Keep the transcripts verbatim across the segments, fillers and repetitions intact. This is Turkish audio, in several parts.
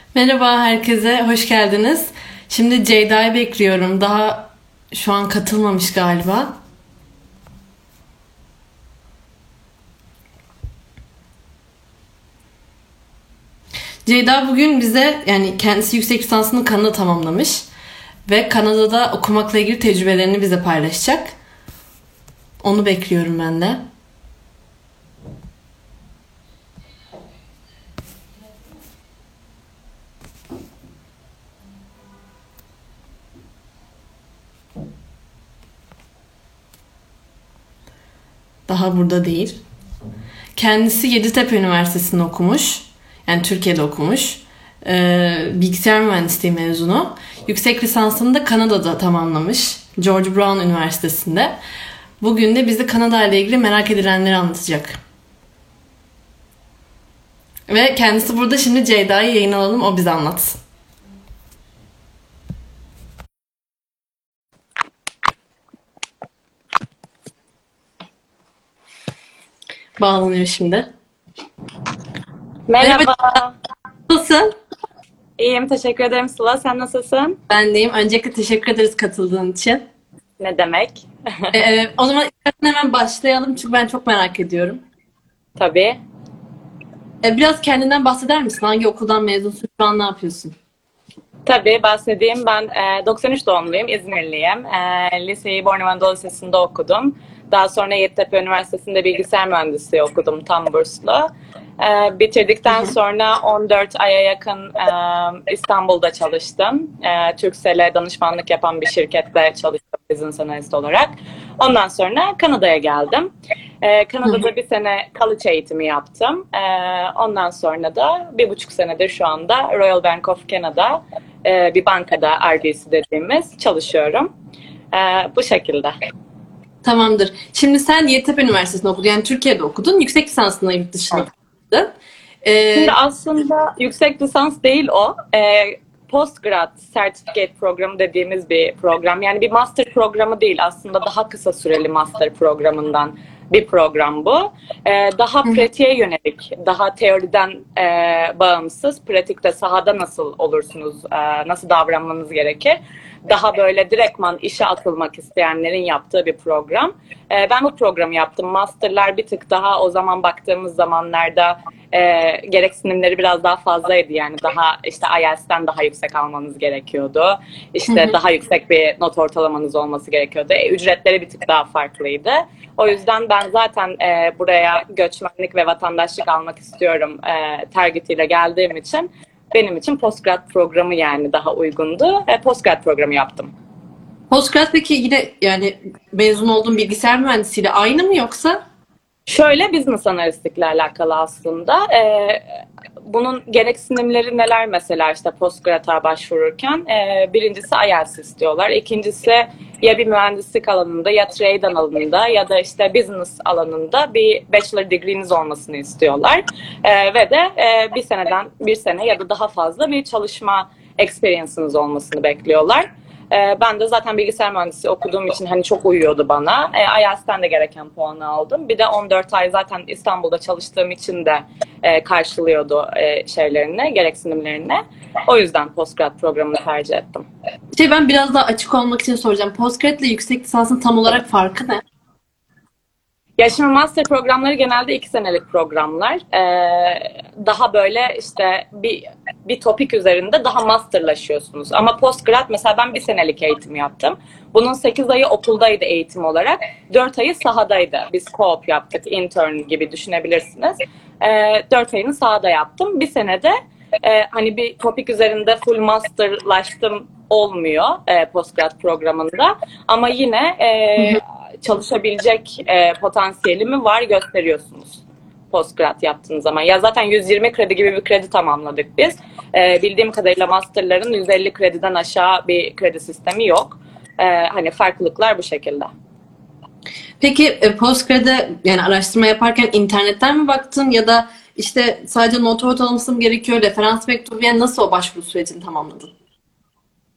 Merhaba herkese, hoş geldiniz. Şimdi Ceyda'yı bekliyorum. Daha şu an katılmamış galiba. Ceyda bugün bize yani kendisi yüksek lisansını Kanada tamamlamış ve Kanada'da okumakla ilgili tecrübelerini bize paylaşacak. Onu bekliyorum ben de. Daha burada değil. Kendisi Yeditepe Üniversitesi'nde okumuş. Yani Türkiye'de okumuş. Ee, bilgisayar mühendisliği mezunu. Yüksek lisansını da Kanada'da tamamlamış. George Brown Üniversitesi'nde. Bugün de bize Kanada ile ilgili merak edilenleri anlatacak. Ve kendisi burada, şimdi Ceyda'yı yayın alalım, o bize anlatsın. Bağlanıyor şimdi. Merhaba, Merhaba. nasılsın? İyiyim, teşekkür ederim Sıla. Sen nasılsın? Ben deyim. Öncelikle teşekkür ederiz katıldığın için. Ne demek? Ee, o zaman istersen hemen başlayalım çünkü ben çok merak ediyorum. Tabii. Ee, biraz kendinden bahseder misin? Hangi okuldan mezunsun? Şu an ne yapıyorsun? Tabii bahsedeyim. Ben e, doksan üç doğumluyum, İzmirliyim. E, liseyi Bornova Anadolu Lisesi'nde okudum. Daha sonra Yeditepe Üniversitesi'nde bilgisayar mühendisliği okudum tam burslu. E, Hı bitirdikten hı. sonra on dört aya yakın e, İstanbul'da çalıştım. E, Turkcell'e danışmanlık yapan bir şirkette çalıştım business analist olarak. Ondan sonra Kanada'ya geldim. Ee, Hı hı. Kanada'da bir sene college eğitimi yaptım. Ee, ondan sonra da bir buçuk senedir şu anda Royal Bank of Canada e, bir bankada R B C dediğimiz çalışıyorum. Ee, bu şekilde. Tamamdır. Şimdi sen Yeditepe Üniversitesi'nde okudun. Yani Türkiye'de okudun. Yüksek lisansına yurt dışına gittin. Şimdi Ee, aslında yüksek lisans değil o. Ee, Postgrad Certificate programı dediğimiz bir program. Yani bir master programı değil, aslında daha kısa süreli master programından bir program bu. Ee, daha hı hı. pratiğe yönelik, daha teoriden e, bağımsız, pratikte sahada nasıl olursunuz, e, nasıl davranmanız gerekir. Daha böyle direktman işe atılmak isteyenlerin yaptığı bir program. Ee, ben bu programı yaptım. Masterlar bir tık daha o zaman baktığımız zamanlarda e, gereksinimleri biraz daha fazlaydı. Yani daha işte I E L T S'ten daha yüksek almanız gerekiyordu. Hı İşte hı. daha yüksek bir not ortalamanız olması gerekiyordu. E, ücretleri bir tık daha farklıydı. O yüzden ben zaten e, buraya göçmenlik ve vatandaşlık almak istiyorum e, targetiyle geldiğim için benim için postgrad programı yani daha uygundu. E, postgrad programı yaptım. Postgrad peki yine yani mezun olduğun bilgisayar mühendisiyle aynı mı yoksa? Şöyle business analistlikle alakalı aslında. Ee, bunun gereksinimleri neler mesela işte postgrad'a başvururken? Ee, birincisi I E L T S istiyorlar. İkincisi ya bir mühendislik alanında ya trade alanında ya da işte business alanında bir bachelor degree'niz olmasını istiyorlar. Ee, ve de e, bir seneden bir sene ya da daha fazla bir çalışma experience'ınız olmasını bekliyorlar. Ee, ben de zaten bilgisayar mühendisliği okuduğum için hani çok uyuyordu bana. E, I E L T S'ten de gereken puanı aldım. Bir de on dört ay zaten İstanbul'da çalıştığım için de e, karşılıyordu e, şeylerini, gereksinimlerini. O yüzden postgrad programını tercih ettim. Şey, ben biraz daha açık olmak için soracağım. Postgrad ile yüksek lisansın tam olarak farkı ne? Ya şimdi master programları genelde iki senelik programlar. Ee, daha böyle işte bir bir topik üzerinde daha masterlaşıyorsunuz. Ama postgrad mesela ben bir senelik eğitim yaptım. Bunun sekiz ayı okuldaydı eğitim olarak. Dört ayı sahadaydı. Biz co-op yaptık, intern gibi düşünebilirsiniz. Ee, dört ayını sahada yaptım. Bir senede e, hani bir topik üzerinde full masterlaştım olmuyor e, postgrad programında. Ama yine e, çalışabilecek e, potansiyelimi var gösteriyorsunuz postgrad yaptığınız zaman. Ya zaten yüz yirmi kredi gibi bir kredi tamamladık biz. E, bildiğim kadarıyla masterların yüz elli krediden aşağı bir kredi sistemi yok. E, hani farklılıklar bu şekilde. Peki e, Postgrad'e yani araştırma yaparken internetten mi baktın ya da işte sadece not ortalaması mı gerekiyor, referans mektubu, yani nasıl o başvuru sürecini tamamladın?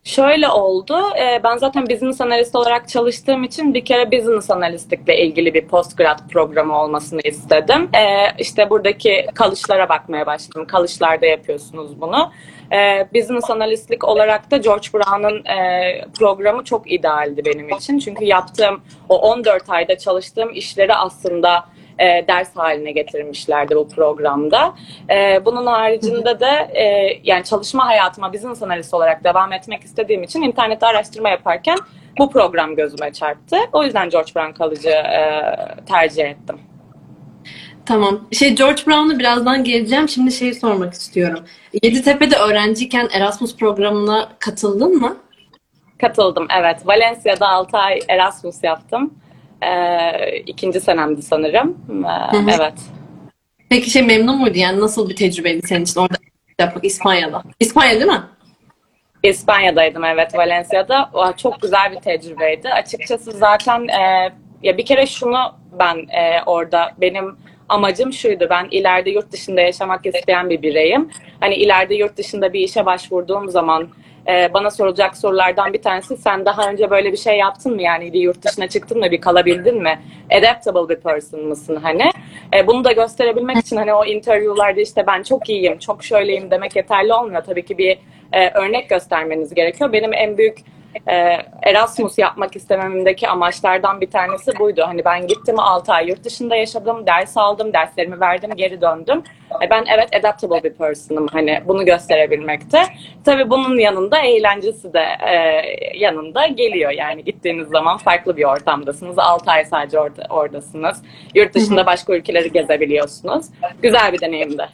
Şöyle oldu. e, Ben zaten business analist olarak çalıştığım için bir kere business analistlikle ilgili bir postgrad programı olmasını istedim. E, İşte buradaki kalışlara bakmaya başladım. Kalışlarda yapıyorsunuz bunu. E, Business analistlik olarak da George Brown'un e, programı çok idealdi benim için. Çünkü yaptığım o on dört ayda çalıştığım işleri aslında e, ders haline getirmişlerdi bu programda. E, bunun haricinde de e, yani çalışma hayatıma business analist olarak devam etmek istediğim için internette araştırma yaparken bu program gözüme çarptı. O yüzden George Brown College'ı e, tercih ettim. Tamam. Şey George Brown'a birazdan geleceğim. Şimdi şeyi sormak istiyorum. Yeditepe'de öğrenciyken Erasmus programına katıldın mı? Katıldım, evet. Valencia'da altı ay Erasmus yaptım. E, ikinci senemdi sanırım. E, Hı hı. evet. Peki şey memnun muydun? Yani nasıl bir tecrübeydi senin için orada yapmak İspanya'da? İspanya değil mi? İspanya'daydım, evet, Valencia'da. O çok güzel bir tecrübeydi. Açıkçası zaten e, ya bir kere şunu ben e, orada benim amacım şuydu. Ben ileride yurt dışında yaşamak isteyen bir bireyim. Hani ileride yurt dışında bir işe başvurduğum zaman e, bana sorulacak sorulardan bir tanesi, sen daha önce böyle bir şey yaptın mı? Yani bir yurt dışına çıktın mı? Bir kalabildin mi? Adaptable bir person mısın hani? E, bunu da gösterebilmek için hani o interview'larda işte ben çok iyiyim, çok şöyleyim demek yeterli olmuyor. Tabii ki bir e, örnek göstermeniz gerekiyor. Benim en büyük e, Erasmus yapmak istememdeki amaçlardan bir tanesi buydu. Hani ben gittim, altı ay yurt dışında yaşadım, ders aldım, derslerimi verdim, geri döndüm. E, ben evet adaptable bir person'ım, hani bunu gösterebilmekte. Tabii bunun yanında eğlencesi de e, yanında geliyor. Yani gittiğiniz zaman farklı bir ortamdasınız. altı ay sadece orada, oradasınız. Yurt dışında başka ülkeleri gezebiliyorsunuz. Güzel bir deneyimdi.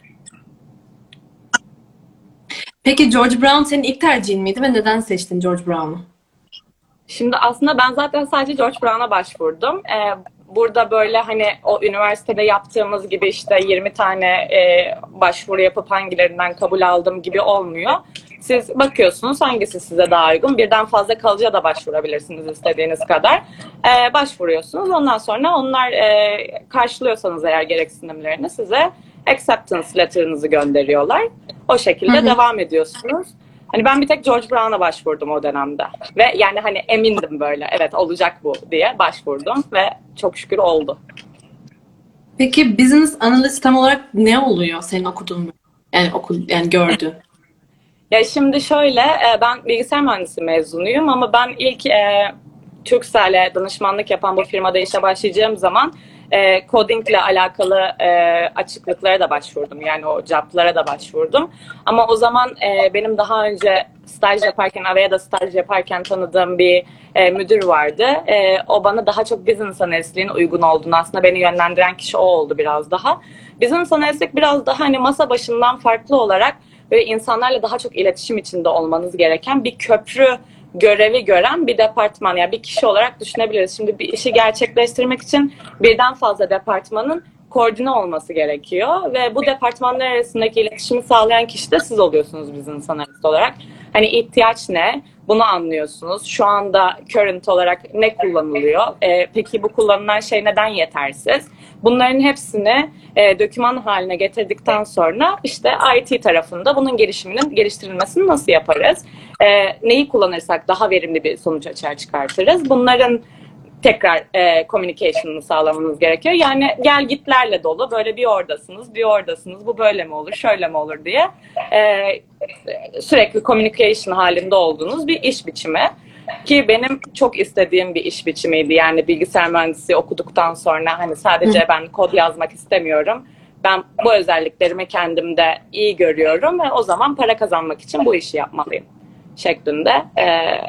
Peki George Brown senin ilk tercihin miydi ve neden seçtin George Brown'u? Şimdi aslında ben zaten sadece George Brown'a başvurdum. Ee, burada böyle hani o üniversitede yaptığımız gibi işte yirmi tane e, başvuru yapıp hangilerinden kabul aldım gibi olmuyor. Siz bakıyorsunuz hangisi size daha uygun. Birden fazla kalıcıya da başvurabilirsiniz istediğiniz kadar. Ee, başvuruyorsunuz. Ondan sonra onlar e, karşılıyorsanız eğer gereksinimlerini size acceptance letter'ınızı gönderiyorlar. O şekilde Hı hı. devam ediyorsunuz. Hani ben bir tek George Brown'a başvurdum o dönemde. Ve yani hani emindim böyle. Evet, olacak bu diye başvurdum ve çok şükür oldu. Peki business analyst tam olarak ne oluyor senin okuduğun yani okul yani gördüğün? Ya şimdi şöyle, e, ben bilgisayar mühendisi mezunuyum ama ben ilk e, Turkcell'e danışmanlık yapan bu firmada işe başlayacağım zaman e, codingle alakalı e, açıklıklara da başvurdum. Yani o job'lara da başvurdum. Ama o zaman e, benim daha önce staj yaparken, Avea'da staj yaparken tanıdığım bir e, müdür vardı. E, o bana daha çok business analistliğin uygun olduğunu, aslında beni yönlendiren kişi o oldu biraz daha. Business analistlik biraz daha hani masa başından farklı olarak böyle insanlarla daha çok iletişim içinde olmanız gereken bir köprü görevi gören bir departman. Yani bir kişi olarak düşünebiliriz. Şimdi bir işi gerçekleştirmek için birden fazla departmanın koordine olması gerekiyor ve bu departmanlar arasındaki iletişimi sağlayan kişi de siz oluyorsunuz business analist olarak. Hani ihtiyaç ne? Bunu anlıyorsunuz. Şu anda current olarak ne kullanılıyor? Ee, peki bu kullanılan şey neden yetersiz? Bunların hepsini e, doküman haline getirdikten sonra işte I T tarafında bunun gelişiminin geliştirilmesini nasıl yaparız? E, neyi kullanırsak daha verimli bir sonuç açığa çıkartırız? Bunların tekrar e, communication'ını sağlamanız gerekiyor. Yani gel gitlerle dolu, böyle bir oradasınız, bir oradasınız, bu böyle mi olur, şöyle mi olur diye e, sürekli communication halinde olduğunuz bir iş biçimi. Ki benim çok istediğim bir iş biçimiydi. Yani bilgisayar mühendisliği okuduktan sonra hani sadece ben kod yazmak istemiyorum. Ben bu özelliklerimi kendimde iyi görüyorum ve o zaman para kazanmak için bu işi yapmalıyım şeklinde. Ee,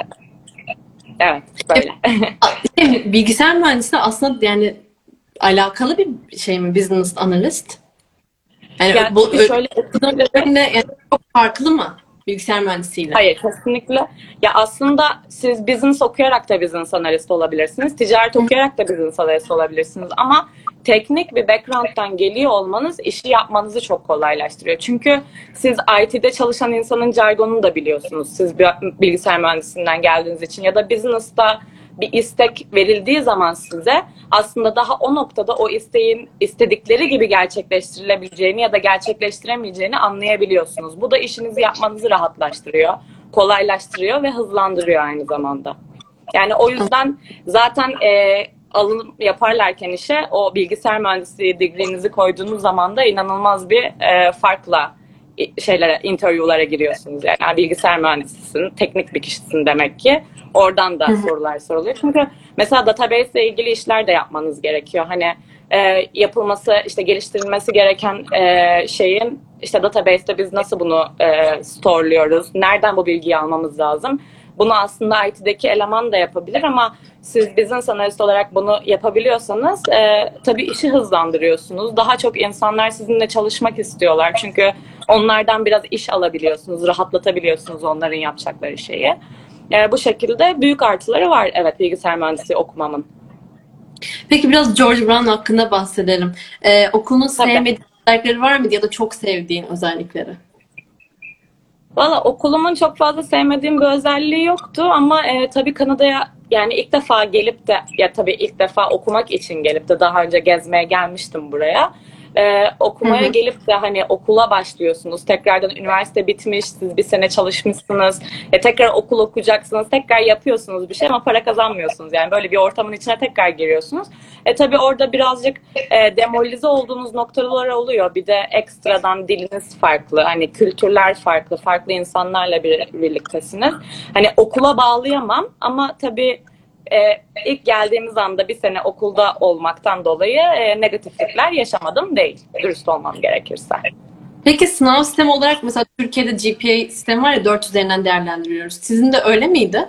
evet, böyle. Şey, bilgisayar mühendisliği aslında yani alakalı bir şey mi business analyst? Yani Yani bu şöyle öğretimde yani çok farklı mı bilgisayar mühendisiyle? Hayır, kesinlikle. Ya aslında siz business okuyarak da business analist olabilirsiniz. Ticaret okuyarak da business analist olabilirsiniz. Ama teknik bir background'dan geliyor olmanız işi yapmanızı çok kolaylaştırıyor. Çünkü siz I T'de çalışan insanın jargonunu da biliyorsunuz. Siz bir bilgisayar mühendisliğinden geldiğiniz için ya da business'ta bir istek verildiği zaman size aslında daha o noktada o isteğin istedikleri gibi gerçekleştirilebileceğini ya da gerçekleştiremeyeceğini anlayabiliyorsunuz. Bu da işinizi yapmanızı rahatlaştırıyor. kolaylaştırıyor ve hızlandırıyor aynı zamanda. Yani o yüzden zaten e, alım yaparlarken işe o bilgisayar mühendisliği degree'nizi koyduğunuz zaman da inanılmaz bir e, farkla şeylere, interview'lara giriyorsunuz. Yani bilgisayar mühendisisin, teknik bir kişisin demek ki. Oradan da sorular soruluyor. Çünkü mesela database ile ilgili işler de yapmanız gerekiyor. Hani e, yapılması, işte geliştirilmesi gereken e, şeyin, işte database'te biz nasıl bunu e, storeluyoruz, nereden bu bilgiyi almamız lazım? Bunu aslında I T'deki eleman da yapabilir ama siz business analist olarak bunu yapabiliyorsanız e, tabii işi hızlandırıyorsunuz. Daha çok insanlar sizinle çalışmak istiyorlar. Çünkü onlardan biraz iş alabiliyorsunuz, rahatlatabiliyorsunuz onların yapacakları şeyi. E, bu şekilde büyük artıları var, evet, bilgisayar mühendisliği okumamın. Peki biraz George Brown hakkında bahsedelim. Ee, okulun Tabii. sevmediğin özellikleri var mıydı ya da çok sevdiğin özellikleri? Valla okulumun çok fazla sevmediğim bir özelliği yoktu ama e, tabii Kanada'ya yani ilk defa gelip de, ya tabii ilk defa okumak için gelip de, daha önce gezmeye gelmiştim buraya. Ee, okumaya Hı hı. gelip de hani okula başlıyorsunuz. Tekrardan üniversite bitmiş, siz bir sene çalışmışsınız. E, tekrar okul okuyacaksınız, tekrar yapıyorsunuz bir şey ama para kazanmıyorsunuz. Yani böyle bir ortamın içine tekrar giriyorsunuz. E tabii orada birazcık e, demoralize olduğunuz noktalar oluyor. Bir de ekstradan diliniz farklı, hani kültürler farklı, farklı insanlarla bir, birliktesiniz. Hani okula bağlayamam ama tabii Ee, ilk geldiğimiz anda bir sene okulda olmaktan dolayı e, negatiflikler yaşamadım değil, dürüst olmam gerekirse. Peki sınav sistemi olarak mesela Türkiye'de G P A sistemi var ya, dört üzerinden değerlendiriyoruz. Sizin de öyle miydi?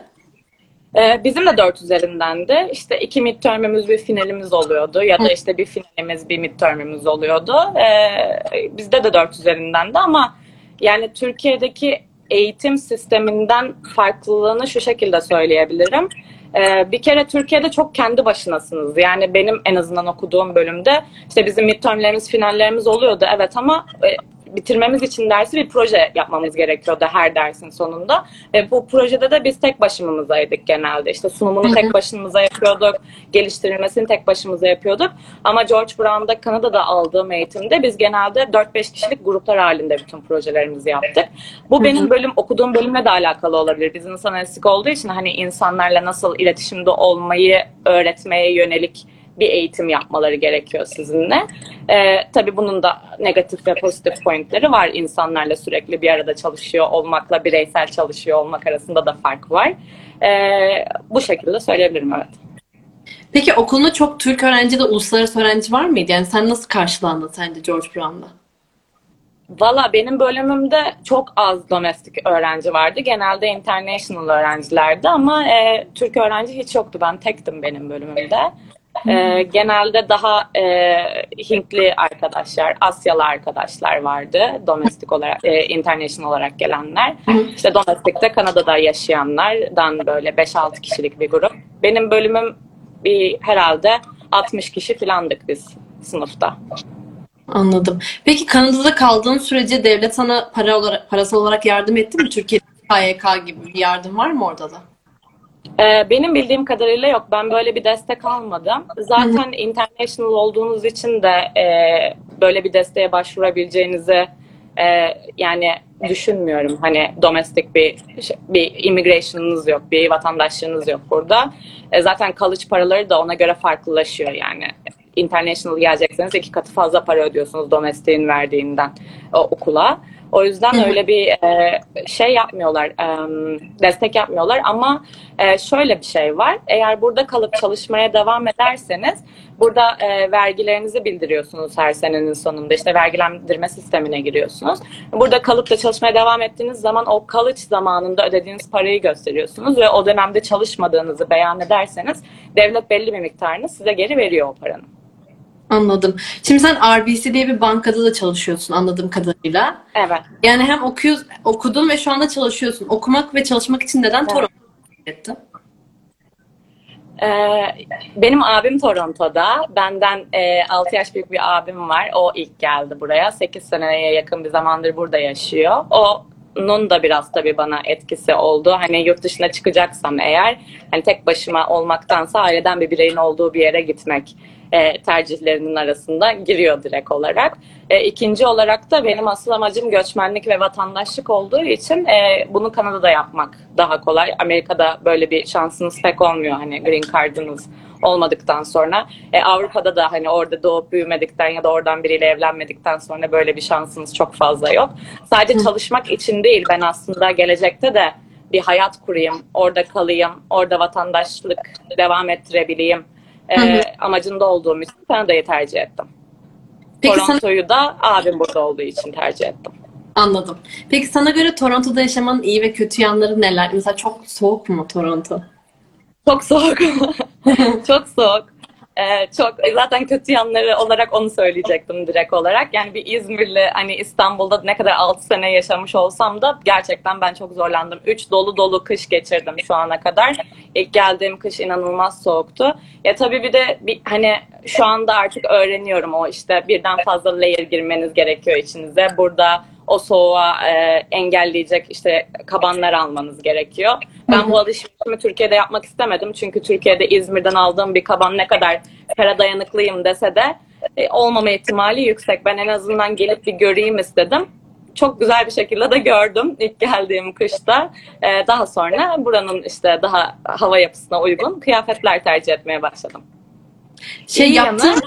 Ee, bizim de dört üzerindendi. İşte iki midterm'imiz, bir finalimiz oluyordu ya da işte bir finalimiz, bir midterm'imiz oluyordu. Ee, bizde de dört üzerindendi ama yani Türkiye'deki eğitim sisteminden farklılığını şu şekilde söyleyebilirim. Ee, bir kere Türkiye'de çok kendi başınasınız. Yani benim en azından okuduğum bölümde işte bizim midtermlerimiz, finallerimiz oluyordu, evet, ama e, bitirmemiz için dersi bir proje yapmamız gerekiyordu her dersin sonunda. E, bu projede de biz tek başımızdaydık genelde. İşte sunumunu tek başımıza yapıyorduk, geliştirilmesini tek başımıza yapıyorduk. Ama George Brown'da, Kanada'da aldığım eğitimde biz genelde dört beş kişilik gruplar halinde bütün projelerimizi yaptık. Bu benim bölüm, okuduğum bölümle de alakalı olabilir. Business analistlik olduğu için hani insanlarla nasıl iletişimde olmayı öğretmeye yönelik bir eğitim yapmaları gerekiyor sizinle. Ee, tabii bunun da negatif ve pozitif pointleri var. İnsanlarla sürekli bir arada çalışıyor olmakla bireysel çalışıyor olmak arasında da fark var. Ee, bu şekilde söyleyebilirim, evet. Peki okulunda çok Türk öğrenci de uluslararası öğrenci var mıydı? Yani sen nasıl karşılandın sence George Brown'da? Valla benim bölümümde çok az domestik öğrenci vardı. Genelde international öğrencilerdi ama e, Türk öğrenci hiç yoktu. Ben tektim benim bölümümde. E, genelde daha e, Hintli arkadaşlar, Asyalı arkadaşlar vardı. Domestik olarak, e, international olarak gelenler. İşte domestikte Kanada'da yaşayanlardan böyle beş altı kişilik bir grup. Benim bölümüm bir herhalde altmış kişi falandık biz sınıfta. Anladım. Peki Kanada'da kaldığın sürece devlet sana para olarak, parasal olarak yardım etti mi? Türkiye'de K Y K gibi bir yardım var mı orada da? Ee, benim bildiğim kadarıyla yok. Ben böyle bir destek almadım. Zaten international olduğunuz için de e, böyle bir desteğe başvurabileceğinizi e, yani düşünmüyorum. Hani domestik bir bir immigration'ınız yok, bir vatandaşlığınız yok burada. E, zaten college paraları da ona göre farklılaşıyor yani. International gelecekseniz iki katı fazla para ödüyorsunuz domestiğin verdiğinden o, okula. O yüzden öyle bir e, şey yapmıyorlar, e, destek yapmıyorlar ama e, şöyle bir şey var. Eğer burada kalıp çalışmaya devam ederseniz burada e, vergilerinizi bildiriyorsunuz her senenin sonunda. İşte vergilendirme sistemine giriyorsunuz. Burada kalıp da çalışmaya devam ettiğiniz zaman o college zamanında ödediğiniz parayı gösteriyorsunuz ve o dönemde çalışmadığınızı beyan ederseniz devlet belli bir miktarını size geri veriyor o paranın. Anladım. Şimdi sen R B C diye bir bankada da çalışıyorsun anladığım kadarıyla. Evet. Yani hem okuyor, okudun ve şu anda çalışıyorsun. Okumak ve çalışmak için neden Evet. Toronto'ya gittin? Ee, benim abim Toronto'da. Benden e, altı yaş büyük bir abim var. O ilk geldi buraya. sekiz seneye yakın bir zamandır burada yaşıyor. Onun da biraz tabii bana etkisi oldu. Hani yurt dışına çıkacaksam eğer, hani tek başıma olmaktansa aileden bir bireyin olduğu bir yere gitmek e, tercihlerinin arasında giriyor direkt olarak. E, ikinci olarak da benim asıl amacım göçmenlik ve vatandaşlık olduğu için e, bunu Kanada'da yapmak daha kolay. Amerika'da böyle bir şansınız pek olmuyor, hani green card'ınız olmadıktan sonra. E, Avrupa'da da hani orada doğup büyümedikten ya da oradan biriyle evlenmedikten sonra böyle bir şansınız çok fazla yok. Sadece çalışmak için değil, ben aslında gelecekte de bir hayat kurayım, orada kalayım, orada vatandaşlık devam ettirebileyim e, amacında olduğum için Kanada'yı tercih ettim. Peki Toronto'yu sana... da abim burada olduğu için tercih ettim. Anladım. Peki sana göre Toronto'da yaşamanın iyi ve kötü yanları neler? Mesela çok soğuk mu Toronto? Çok soğuk. Çok soğuk. Ee, çok zaten kötü yanları olarak onu söyleyecektim direkt olarak. Yani bir İzmirli, hani İstanbul'da ne kadar altı sene yaşamış olsam da gerçekten ben çok zorlandım. üç dolu dolu kış geçirdim şu ana kadar. İlk geldiğim kış inanılmaz soğuktu. Ya tabii bir de bir, hani şu anda artık öğreniyorum, o işte birden fazla layer girmeniz gerekiyor içinize. Burada o soğuğa e, engelleyecek işte kabanlar almanız gerekiyor. Ben bu alışverişimi Türkiye'de yapmak istemedim. Çünkü Türkiye'de İzmir'den aldığım bir kaban ne kadar kara dayanıklıyım dese de e, olmama ihtimali yüksek. Ben en azından gelip bir göreyim istedim. Çok güzel bir şekilde de gördüm ilk geldiğim kışta. E, daha sonra buranın işte daha hava yapısına uygun kıyafetler tercih etmeye başladım. Şey İyi yaptın. yanı,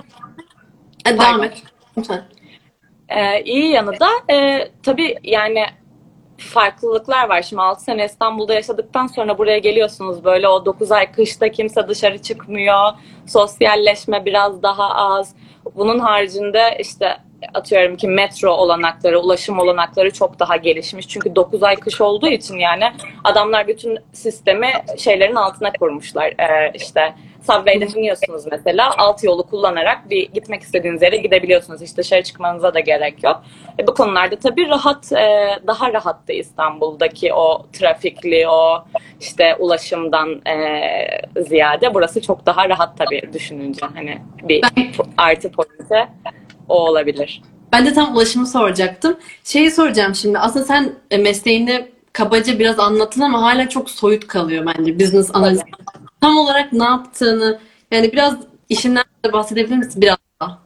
E, devam et. Lütfen. Ee, iyi yanı da e, tabii yani farklılıklar var. Şimdi altı sene İstanbul'da yaşadıktan sonra buraya geliyorsunuz. Böyle o dokuz ay kışta kimse dışarı çıkmıyor. Sosyalleşme biraz daha az. Bunun haricinde işte atıyorum ki metro olanakları, ulaşım olanakları çok daha gelişmiş. Çünkü dokuz ay kış olduğu için yani adamlar bütün sistemi şeylerin altına kurmuşlar. Ee, işte Subway'de biniyorsunuz mesela, alt yolu kullanarak bir gitmek istediğiniz yere gidebiliyorsunuz. Hiç dışarı çıkmanıza da gerek yok. E, bu konularda tabii rahat, e, daha rahattı İstanbul'daki o trafikli, o işte ulaşımdan e, ziyade burası çok daha rahat tabii düşününce. Hani bir Ben, artı pointe o olabilir. ben de tam ulaşımı soracaktım. Şeyi soracağım şimdi. Aslında sen e, mesleğini kabaca biraz anlattın ama hala çok soyut kalıyor bence business analiz. Tam olarak ne yaptığını, yani biraz işinden de bahsedebilir misin biraz daha?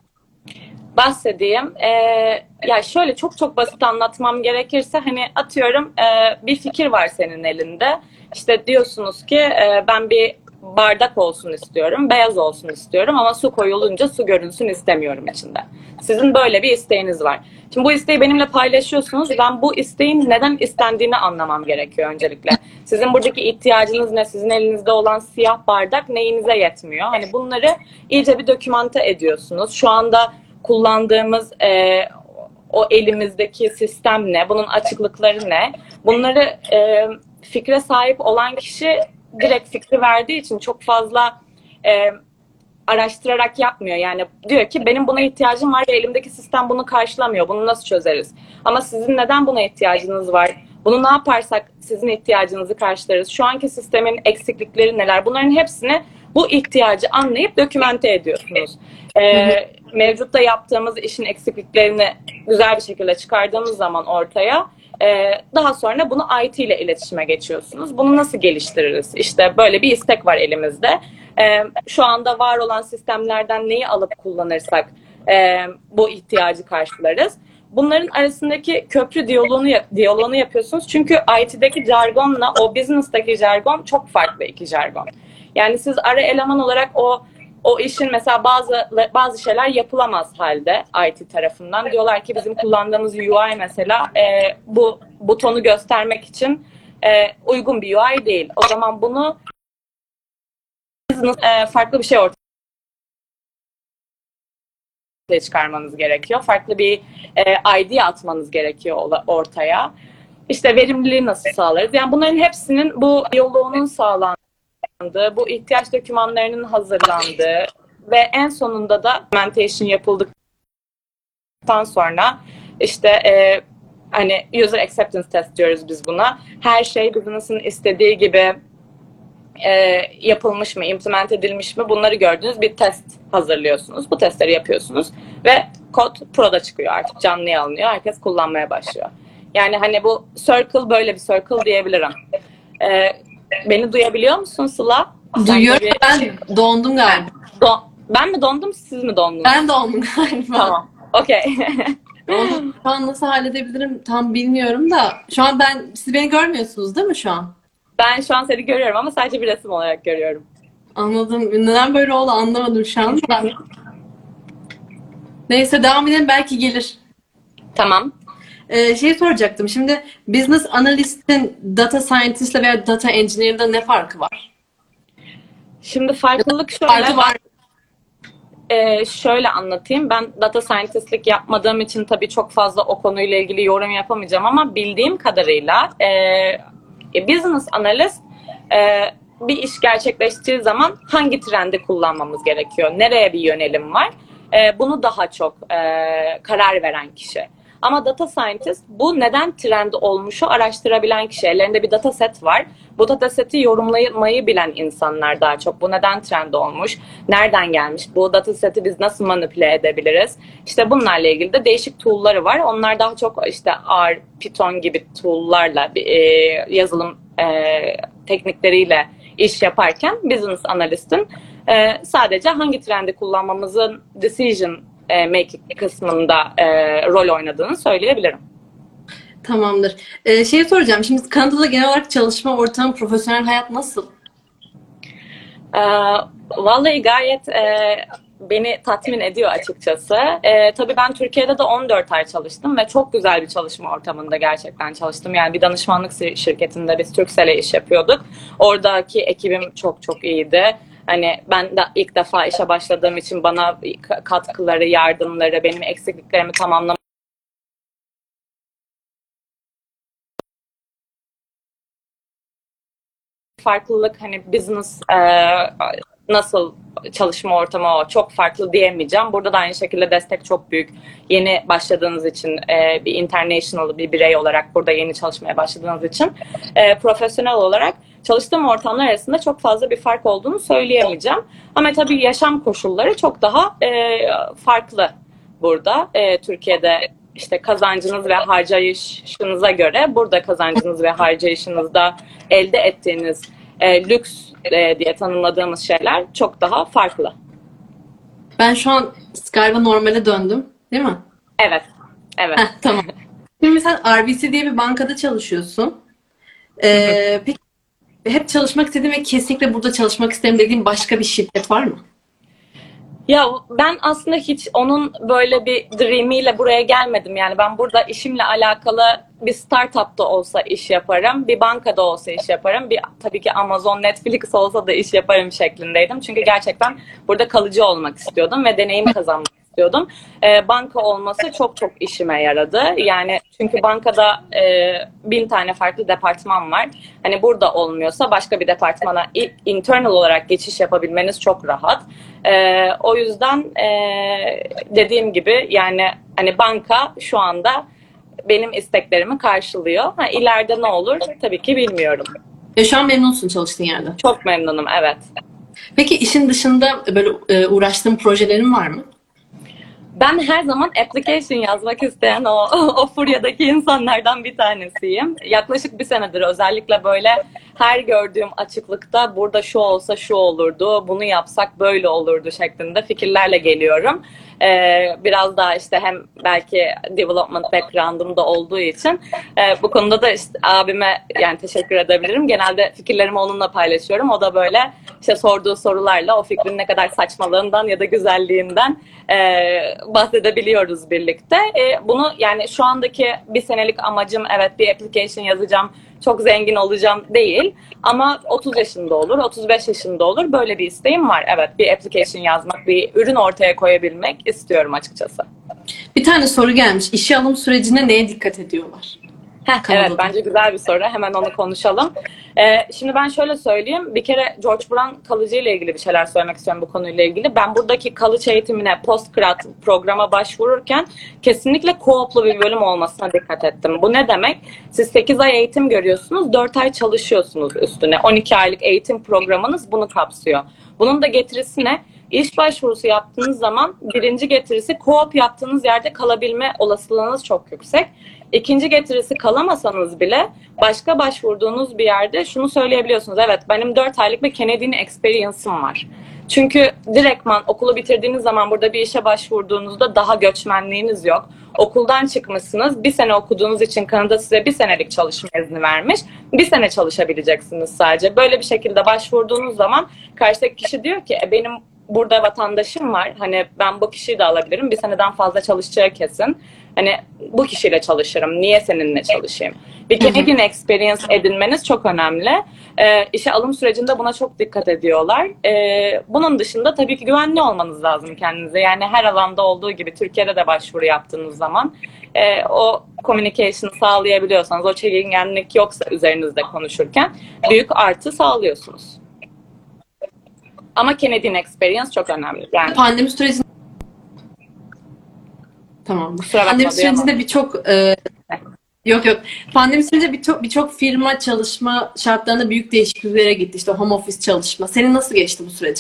Bahsedeyim. Ee, ya şöyle çok çok basit anlatmam gerekirse, hani atıyorum e, bir fikir var senin elinde. İşte diyorsunuz ki e, ben bir bardak olsun istiyorum, beyaz olsun istiyorum ama su koyulunca su görünsün istemiyorum içinde. Sizin böyle bir isteğiniz var. Şimdi bu isteği benimle paylaşıyorsunuz. Ben bu isteğin neden istendiğini anlamam gerekiyor öncelikle. Sizin buradaki ihtiyacınız ne? Sizin elinizde olan siyah bardak neyinize yetmiyor? Hani bunları iyice bir dokümante ediyorsunuz. Şu anda kullandığımız e, o elimizdeki sistem ne? Bunun açıklıkları ne? Bunları e, fikre sahip olan kişi direkt fikri verdiği için çok fazla e, araştırarak yapmıyor. Yani diyor ki benim buna ihtiyacım var ve elimdeki sistem bunu karşılamıyor. Bunu nasıl çözeriz? Ama sizin neden buna ihtiyacınız var? Bunu ne yaparsak sizin ihtiyacınızı karşılarız? Şu anki sistemin eksiklikleri neler? Bunların hepsini bu ihtiyacı anlayıp dokümente ediyorsunuz. Ee, mevcutta yaptığımız işin eksikliklerini güzel bir şekilde çıkardığımız zaman ortaya, e, daha sonra bunu I T ile iletişime geçiyorsunuz. Bunu nasıl geliştiririz? İşte böyle bir istek var elimizde. Ee, şu anda var olan sistemlerden neyi alıp kullanırsak e, bu ihtiyacı karşılarız. Bunların arasındaki köprü diyaloğunu, diyaloğunu yapıyorsunuz. Çünkü I T'deki jargonla o business'taki jargon çok farklı iki jargon. Yani siz ara eleman olarak o o işin mesela bazı bazı şeyler yapılamaz halde I T tarafından. Diyorlar ki bizim kullandığımız U I mesela e, bu butonu göstermek için e, uygun bir U I değil. O zaman bunu e, farklı bir şey ortaya çıkarmanız gerekiyor. Farklı bir e, idea atmanız gerekiyor ortaya. İşte verimliliği nasıl sağlarız? Yani bunların hepsinin bu diyaloğunun sağlandığı, bu ihtiyaç dokümanlarının hazırlandığı ve en sonunda da documentation yapıldıktan sonra işte e, hani user acceptance test diyoruz biz buna. Her şey business'ın istediği gibi e, yapılmış mı, implement edilmiş mi, bunları gördüğünüz bir test hazırlıyorsunuz. Bu testleri yapıyorsunuz ve kod pro'da çıkıyor, artık canlıya alınıyor. Herkes kullanmaya başlıyor. Yani hani bu circle böyle bir circle diyebilirim. E, beni duyabiliyor musun Sıla? Duyuyorum. Bir... Ben dondum galiba. Don, Ben mi dondum, siz mi dondunuz? Ben dondum galiba. Tamam. Okey. Onu şu an nasıl halledebilirim tam bilmiyorum da. Şu an ben, siz beni görmüyorsunuz değil mi şu an? Ben şu an seni görüyorum ama sadece bir resim olarak görüyorum. Anladım. Neden böyle oldu anlamadım şu an. Neyse devam edelim, belki gelir. Tamam. Ee, şey soracaktım. Şimdi business analyst'in data scientist'le veya data engineer'da ne farkı var? Şimdi farklılık şöyle. Farkı var. Ee, şöyle anlatayım. Ben data scientistlik yapmadığım için tabii çok fazla o konuyla ilgili yorum yapamayacağım ama bildiğim kadarıyla e, business analyst e, bir iş gerçekleştiği zaman hangi trendi kullanmamız gerekiyor? Nereye bir yönelim var? E, bunu daha çok e, karar veren kişi. Ama data scientist bu neden trend olmuşu araştırabilen kişi. Ellerinde bir data set var. Bu data seti yorumlamayı bilen insanlar daha çok. Bu neden trend olmuş? Nereden gelmiş? Bu data seti biz nasıl manipüle edebiliriz? İşte bunlarla ilgili de değişik tool'ları var. Onlar daha çok işte R, Python gibi tool'larla e, yazılım e, teknikleriyle iş yaparken business analyst'in e, sadece hangi trendi kullanmamızın decision making kısmında e, rol oynadığını söyleyebilirim. Tamamdır. Ee, şey soracağım. Şimdi Kanada'da genel olarak çalışma ortamı, profesyonel hayat nasıl? E, vallahi gayet e, beni tatmin ediyor açıkçası. E, tabii ben Türkiye'de de on dört ay çalıştım ve çok güzel bir çalışma ortamında gerçekten çalıştım. Yani bir danışmanlık şirketinde biz Turkcell'e iş yapıyorduk. Oradaki ekibim çok çok iyiydi. Hani ben de ilk defa işe başladığım için bana katkıları, yardımları, benim eksikliklerimi tamamlamak farklılık hani business e, nasıl çalışma ortamı o çok farklı diyemeyeceğim. Burada da aynı şekilde destek çok büyük. Yeni başladığınız için e, bir international bir birey olarak burada yeni çalışmaya başladığınız için e, profesyonel olarak çalıştığım ortamlar arasında çok fazla bir fark olduğunu söyleyemeyeceğim. Ama tabii yaşam koşulları çok daha e, farklı burada. E, Türkiye'de işte kazancınız ve harcayışınıza göre burada kazancınız ve harcayışınızda elde ettiğiniz e, lüks e, diye tanımladığımız şeyler çok daha farklı. Ben şu an galiba normale döndüm, değil mi? Evet, evet. Heh, tamam. Şimdi sen R B C diye bir bankada çalışıyorsun. Ee, peki hep çalışmak istediğin ve kesinlikle burada çalışmak isterim dediğin başka bir şirket var mı? Ya ben aslında hiç onun böyle bir dreamiyle buraya gelmedim. Yani ben burada işimle alakalı bir startupta olsa iş yaparım, bir bankada olsa iş yaparım, bir tabii ki Amazon, Netflix olsa da iş yaparım şeklindeydim. Çünkü gerçekten burada kalıcı olmak istiyordum ve deneyim kazanmak istiyordum. Ee, banka olması çok çok işime yaradı. Yani çünkü bankada e, bin tane farklı departman var. Hani burada olmuyorsa başka bir departmana internal olarak geçiş yapabilmeniz çok rahat. Ee, o yüzden e, dediğim gibi yani hani banka şu anda benim isteklerimi karşılıyor. Ha, ileride ne olur tabii ki bilmiyorum. E şu an memnunsun çalıştığın yerde. Çok memnunum, evet. Peki işin dışında böyle e, uğraştığın projelerin var mı? Ben her zaman application yazmak isteyen o, o furyadaki insanlardan bir tanesiyim. Yaklaşık bir senedir özellikle böyle her gördüğüm açıklıkta burada şu olsa şu olurdu, bunu yapsak böyle olurdu şeklinde fikirlerle geliyorum. Ee, biraz daha işte hem belki development background'um da olduğu için e, bu konuda da işte abime yani teşekkür edebilirim. Genelde fikirlerimi onunla paylaşıyorum. O da böyle işte sorduğu sorularla o fikrin ne kadar saçmalığından ya da güzelliğinden e, bahsedebiliyoruz birlikte. E, bunu yani şu andaki bir senelik amacım evet bir application yazacağım, çok zengin olacağım değil. Ama otuz yaşında olur, otuz beş yaşında olur. Böyle bir isteğim var. Evet, bir application yazmak, bir ürün ortaya koyabilmek istiyorum açıkçası. Bir tane soru gelmiş. İşe alım sürecinde neye dikkat ediyorlar? Heh, evet, bence güzel bir soru. Hemen onu konuşalım. Ee, şimdi ben şöyle söyleyeyim. Bir kere George Brown kalıcı ile ilgili bir şeyler söylemek istiyorum bu konuyla ilgili. Ben buradaki kalıcı eğitimine, postgrad programa başvururken kesinlikle co-op'lu bir bölüm olmasına dikkat ettim. Bu ne demek? Siz sekiz ay eğitim görüyorsunuz, dört ay çalışıyorsunuz üstüne. on iki aylık eğitim programınız bunu kapsıyor. Bunun da getirisi ne? İş başvurusu yaptığınız zaman birinci getirisi co-op yaptığınız yerde kalabilme olasılığınız çok yüksek. İkinci getirisi kalamasanız bile başka başvurduğunuz bir yerde şunu söyleyebiliyorsunuz. Evet, benim dört aylık bir Canadian experience'ım var. Çünkü direktman okulu bitirdiğiniz zaman burada bir işe başvurduğunuzda daha göçmenliğiniz yok. Okuldan çıkmışsınız. Bir sene okuduğunuz için Kanada size bir senelik çalışma izni vermiş. Bir sene çalışabileceksiniz sadece. Böyle bir şekilde başvurduğunuz zaman karşıdaki kişi diyor ki e, benim burada vatandaşım var. Hani ben bu kişiyi de alabilirim. Bir seneden fazla çalışacağı kesin. Hani bu kişiyle çalışırım. Niye seninle çalışayım? Bir Canadian experience edinmeniz çok önemli. Ee, işe alım sürecinde buna çok dikkat ediyorlar. Ee, bunun dışında tabii ki güvenli olmanız lazım kendinize. Yani her alanda olduğu gibi Türkiye'de de başvuru yaptığınız zaman e, o communication sağlayabiliyorsanız, o çekingenlik yoksa üzerinizde konuşurken büyük artı sağlıyorsunuz. Ama Canadian experience çok önemli. Yani Pandemi sürecinde tamam. Kusura bakma, Pandemi duyamam. sürecinde birçok e, yok yok. Pandemi sürecinde birçok birçok firma çalışma şartlarında büyük değişikliklere gitti. İşte home office çalışma. Senin nasıl geçti bu süreci?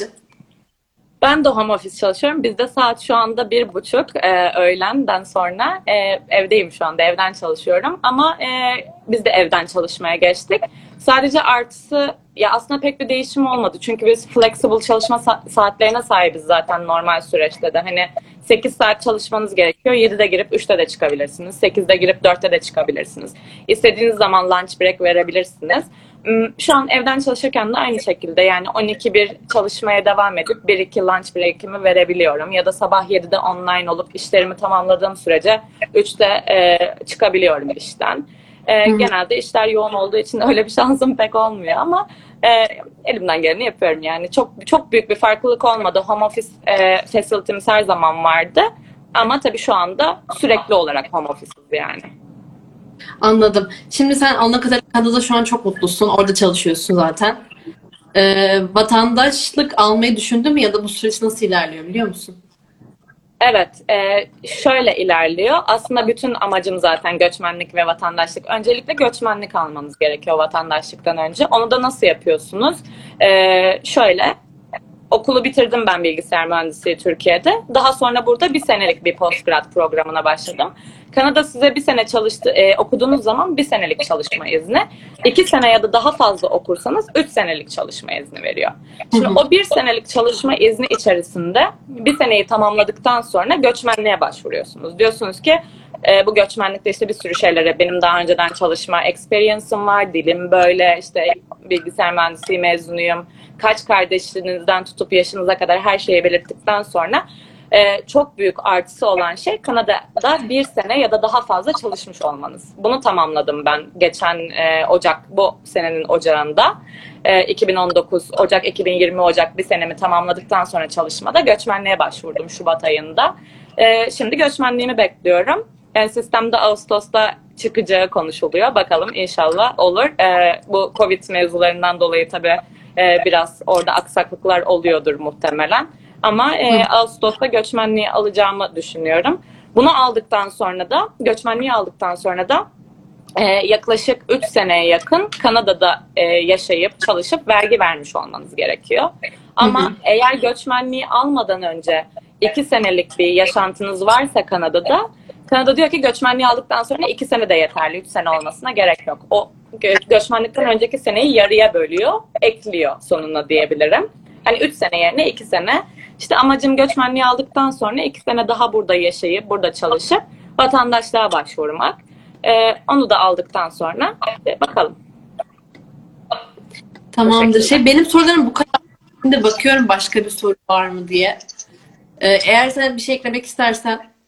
Ben de home office çalışıyorum. Bizde saat şu anda bir buçuk e, öğlenden sonra e, evdeyim şu anda. Evden çalışıyorum. Ama e, biz de evden çalışmaya geçtik. Sadece artısı ya aslında pek bir değişim olmadı. Çünkü biz flexible çalışma sa- saatlerine sahibiz zaten normal süreçte de. Hani sekiz saat çalışmanız gerekiyor. yedide girip üçte de çıkabilirsiniz. sekizde girip dörtte de çıkabilirsiniz. İstediğiniz zaman lunch break verebilirsiniz. Şu an evden çalışırken de aynı şekilde yani on iki bir çalışmaya devam edip bir iki lunch break'imi verebiliyorum. Ya da sabah yedide online olup işlerimi tamamladığım sürece üçte e, çıkabiliyorum işten. E, genelde işler yoğun olduğu için öyle bir şansım pek olmuyor ama e, elimden geleni yapıyorum yani. Çok çok büyük bir farklılık olmadı. Home office e, facility'miz her zaman vardı. Ama tabii şu anda sürekli olarak home office'iz yani. Anladım. Şimdi sen anladığım kadarıyla Kanada'da şu an çok mutlusun. Orada çalışıyorsun zaten. Ee, vatandaşlık almayı düşündün mü ya da bu süreç nasıl ilerliyor biliyor musun? Evet, e, şöyle ilerliyor. Aslında bütün amacım zaten göçmenlik ve vatandaşlık. Öncelikle göçmenlik almanız gerekiyor vatandaşlıktan önce. Onu da nasıl yapıyorsunuz? E, şöyle, okulu bitirdim ben bilgisayar mühendisliği Türkiye'de. Daha sonra burada bir senelik bir postgrad programına başladım. Kanada size bir sene çalıştı, e, okuduğunuz zaman bir senelik çalışma izni. İki sene ya da daha fazla okursanız üç senelik çalışma izni veriyor. Şimdi o bir senelik çalışma izni içerisinde bir seneyi tamamladıktan sonra göçmenliğe başvuruyorsunuz. Diyorsunuz ki e, bu göçmenlikte işte bir sürü şeylere benim daha önceden çalışma experience'ım var, dilim böyle, işte bilgisayar mühendisliği mezunuyum. Kaç kardeşinizden tutup yaşınıza kadar her şeyi belirttikten sonra e, çok büyük artısı olan şey Kanada'da bir sene ya da daha fazla çalışmış olmanız. Bunu tamamladım ben geçen e, Ocak, bu senenin Ocağında. E, iki bin on dokuz Ocak, iki bin yirmi Ocak bir senemi tamamladıktan sonra çalışmada göçmenliğe başvurdum Şubat ayında. E, şimdi göçmenliğimi bekliyorum. Yani sistemde Ağustos'ta çıkacağı konuşuluyor. Bakalım inşallah olur. E, bu Covid mevzularından dolayı tabii e, biraz orada aksaklıklar oluyordur muhtemelen. Ama e, Ağustos'ta göçmenliği alacağımı düşünüyorum. Bunu aldıktan sonra da, göçmenliği aldıktan sonra da e, yaklaşık üç seneye yakın Kanada'da e, yaşayıp çalışıp vergi vermiş olmanız gerekiyor. Ama hı hı. eğer göçmenliği almadan önce iki senelik bir yaşantınız varsa Kanada'da, Kanada diyor ki göçmenliği aldıktan sonra iki sene de yeterli, üç sene olmasına gerek yok. O gö- göçmenlikten önceki seneyi yarıya bölüyor, ekliyor sonuna diyebilirim. Hani üç sene yerine iki sene. İşte amacım göçmenliği aldıktan sonra iki sene daha burada yaşayıp, burada çalışıp vatandaşlığa başvurmak. Ee, onu da aldıktan sonra e, bakalım. Tamamdır. Şey benim sorularım bu kadar. Şimdi bakıyorum başka bir soru var mı diye. Ee, eğer sen bir şey eklemek istersen.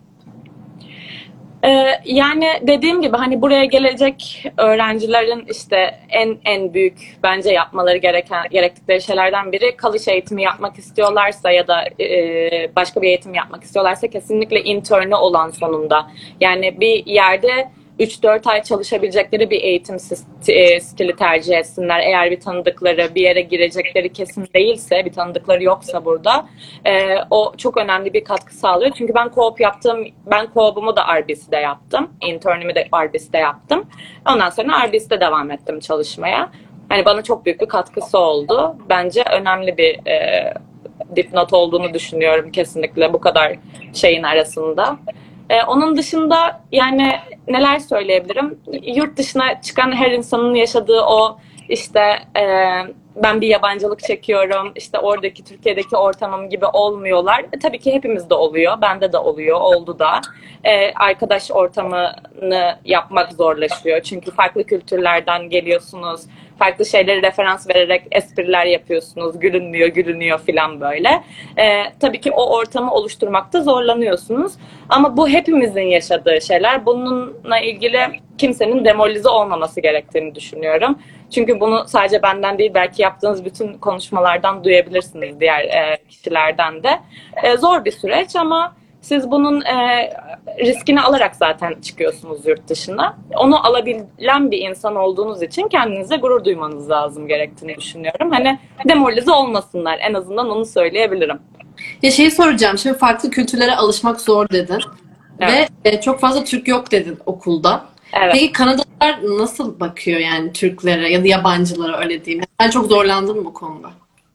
Ee, yani dediğim gibi hani buraya gelecek öğrencilerin işte en en büyük bence yapmaları gereken gerektikleri şeylerden biri kalış eğitimi yapmak istiyorlarsa ya da e, başka bir eğitim yapmak istiyorlarsa kesinlikle internü olan sonunda. Yani bir yerde üç dört ay çalışabilecekleri bir eğitim stili tercih etsinler. Eğer bir tanıdıkları, bir yere girecekleri kesin değilse, bir tanıdıkları yoksa burada e, o çok önemli bir katkı sağlıyor. Çünkü ben co-op yaptım, ben co-op'umu da R B C'de yaptım. Intern'ümü de R B C'de yaptım. Ondan sonra R B C'de devam ettim çalışmaya. Hani bana çok büyük bir katkısı oldu. Bence önemli bir e, dipnot olduğunu düşünüyorum kesinlikle bu kadar şeyin arasında. Ee, onun dışında yani neler söyleyebilirim? Yurt dışına çıkan her insanın yaşadığı o işte e, ben bir yabancılık çekiyorum, işte oradaki Türkiye'deki ortamım gibi olmuyorlar. E, tabii ki hepimizde oluyor, bende de oluyor, oldu da. E, arkadaş ortamını yapmak zorlaşıyor. Çünkü farklı kültürlerden geliyorsunuz, farklı şeyleri referans vererek espriler yapıyorsunuz, gülünmüyor, gülünüyor filan böyle. E, tabii ki o ortamı oluşturmakta zorlanıyorsunuz. Ama bu hepimizin yaşadığı şeyler. Bununla ilgili kimsenin demoralize olmaması gerektiğini düşünüyorum. Çünkü bunu sadece benden değil, belki yaptığınız bütün konuşmalardan duyabilirsiniz diğer e, kişilerden de. E, zor bir süreç ama siz bunun e, riskini alarak zaten çıkıyorsunuz yurt dışına. Onu alabilen bir insan olduğunuz için kendinize gurur duymanız lazım gerektiğini düşünüyorum. Hani demoralize olmasınlar, en azından onu söyleyebilirim. Ya şeyi soracağım. Şimdi farklı kültürlere alışmak zor dedin. Evet. Ve e, çok fazla Türk yok dedin okulda. Evet. Peki Kanadalılar nasıl bakıyor yani Türklere ya da yabancılara, öyle diyeyim? Sen çok zorlandın mı bu konuda?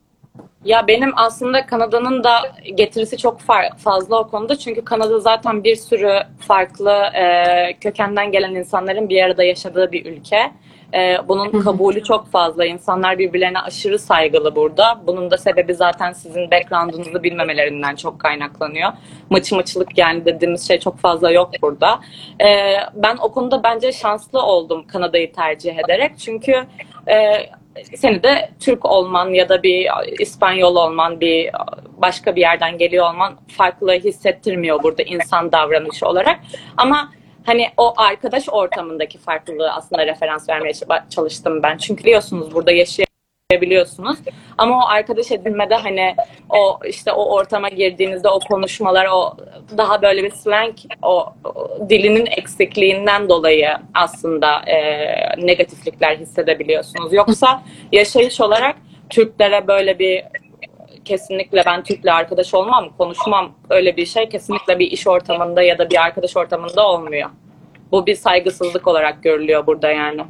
Ya benim aslında Kanada'nın da getirisi çok fazla o konuda. Çünkü Kanada zaten bir sürü farklı e, kökenden gelen insanların bir arada yaşadığı bir ülke. E, bunun kabulü çok fazla. İnsanlar birbirlerine aşırı saygılı burada. Bunun da sebebi zaten sizin background'unuzu bilmemelerinden çok kaynaklanıyor. Mıç mıçlık yani dediğimiz şey çok fazla yok burada. E, ben o konuda bence şanslı oldum Kanada'yı tercih ederek. Çünkü e, seni de Türk olman ya da bir İspanyol olman, bir başka bir yerden geliyor olman farklı hissettirmiyor burada insan davranışı olarak. Ama hani o arkadaş ortamındaki farklılığı aslında referans vermeye çalıştım ben. Çünkü biliyorsunuz burada yaşayabiliyorsunuz. Ama o arkadaş edinmede hani o işte o ortama girdiğinizde o konuşmalar, o daha böyle bir slang, o, o dilinin eksikliğinden dolayı aslında e, negatiflikler hissedebiliyorsunuz. Yoksa yaşayış olarak Türklere böyle bir kesinlikle ben Türk'le arkadaş olmam, konuşmam, öyle bir şey kesinlikle bir iş ortamında ya da bir arkadaş ortamında olmuyor. Bu bir saygısızlık olarak görülüyor burada yani.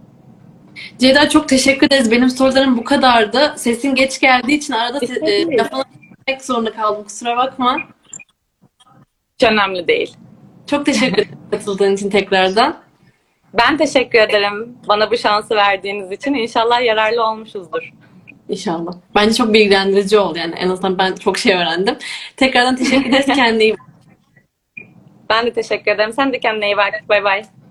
Ceyda, çok teşekkür ederiz. Benim sorularım bu kadardı. Sesin geç geldiği için arada e, lafını etmek zorunda kaldım. Kusura bakma. Hiç önemli değil. Çok teşekkür ederim katıldığın için tekrardan. Ben teşekkür ederim bana bu şansı verdiğiniz için. İnşallah yararlı olmuşuzdur. İnşallah. Bence çok bilgilendirici oldu yani. En azından ben çok şey öğrendim. Tekrardan teşekkür ederiz. Kendine iyi bak. Ben de teşekkür ederim. Sen de kendine iyi bak. Bay bay.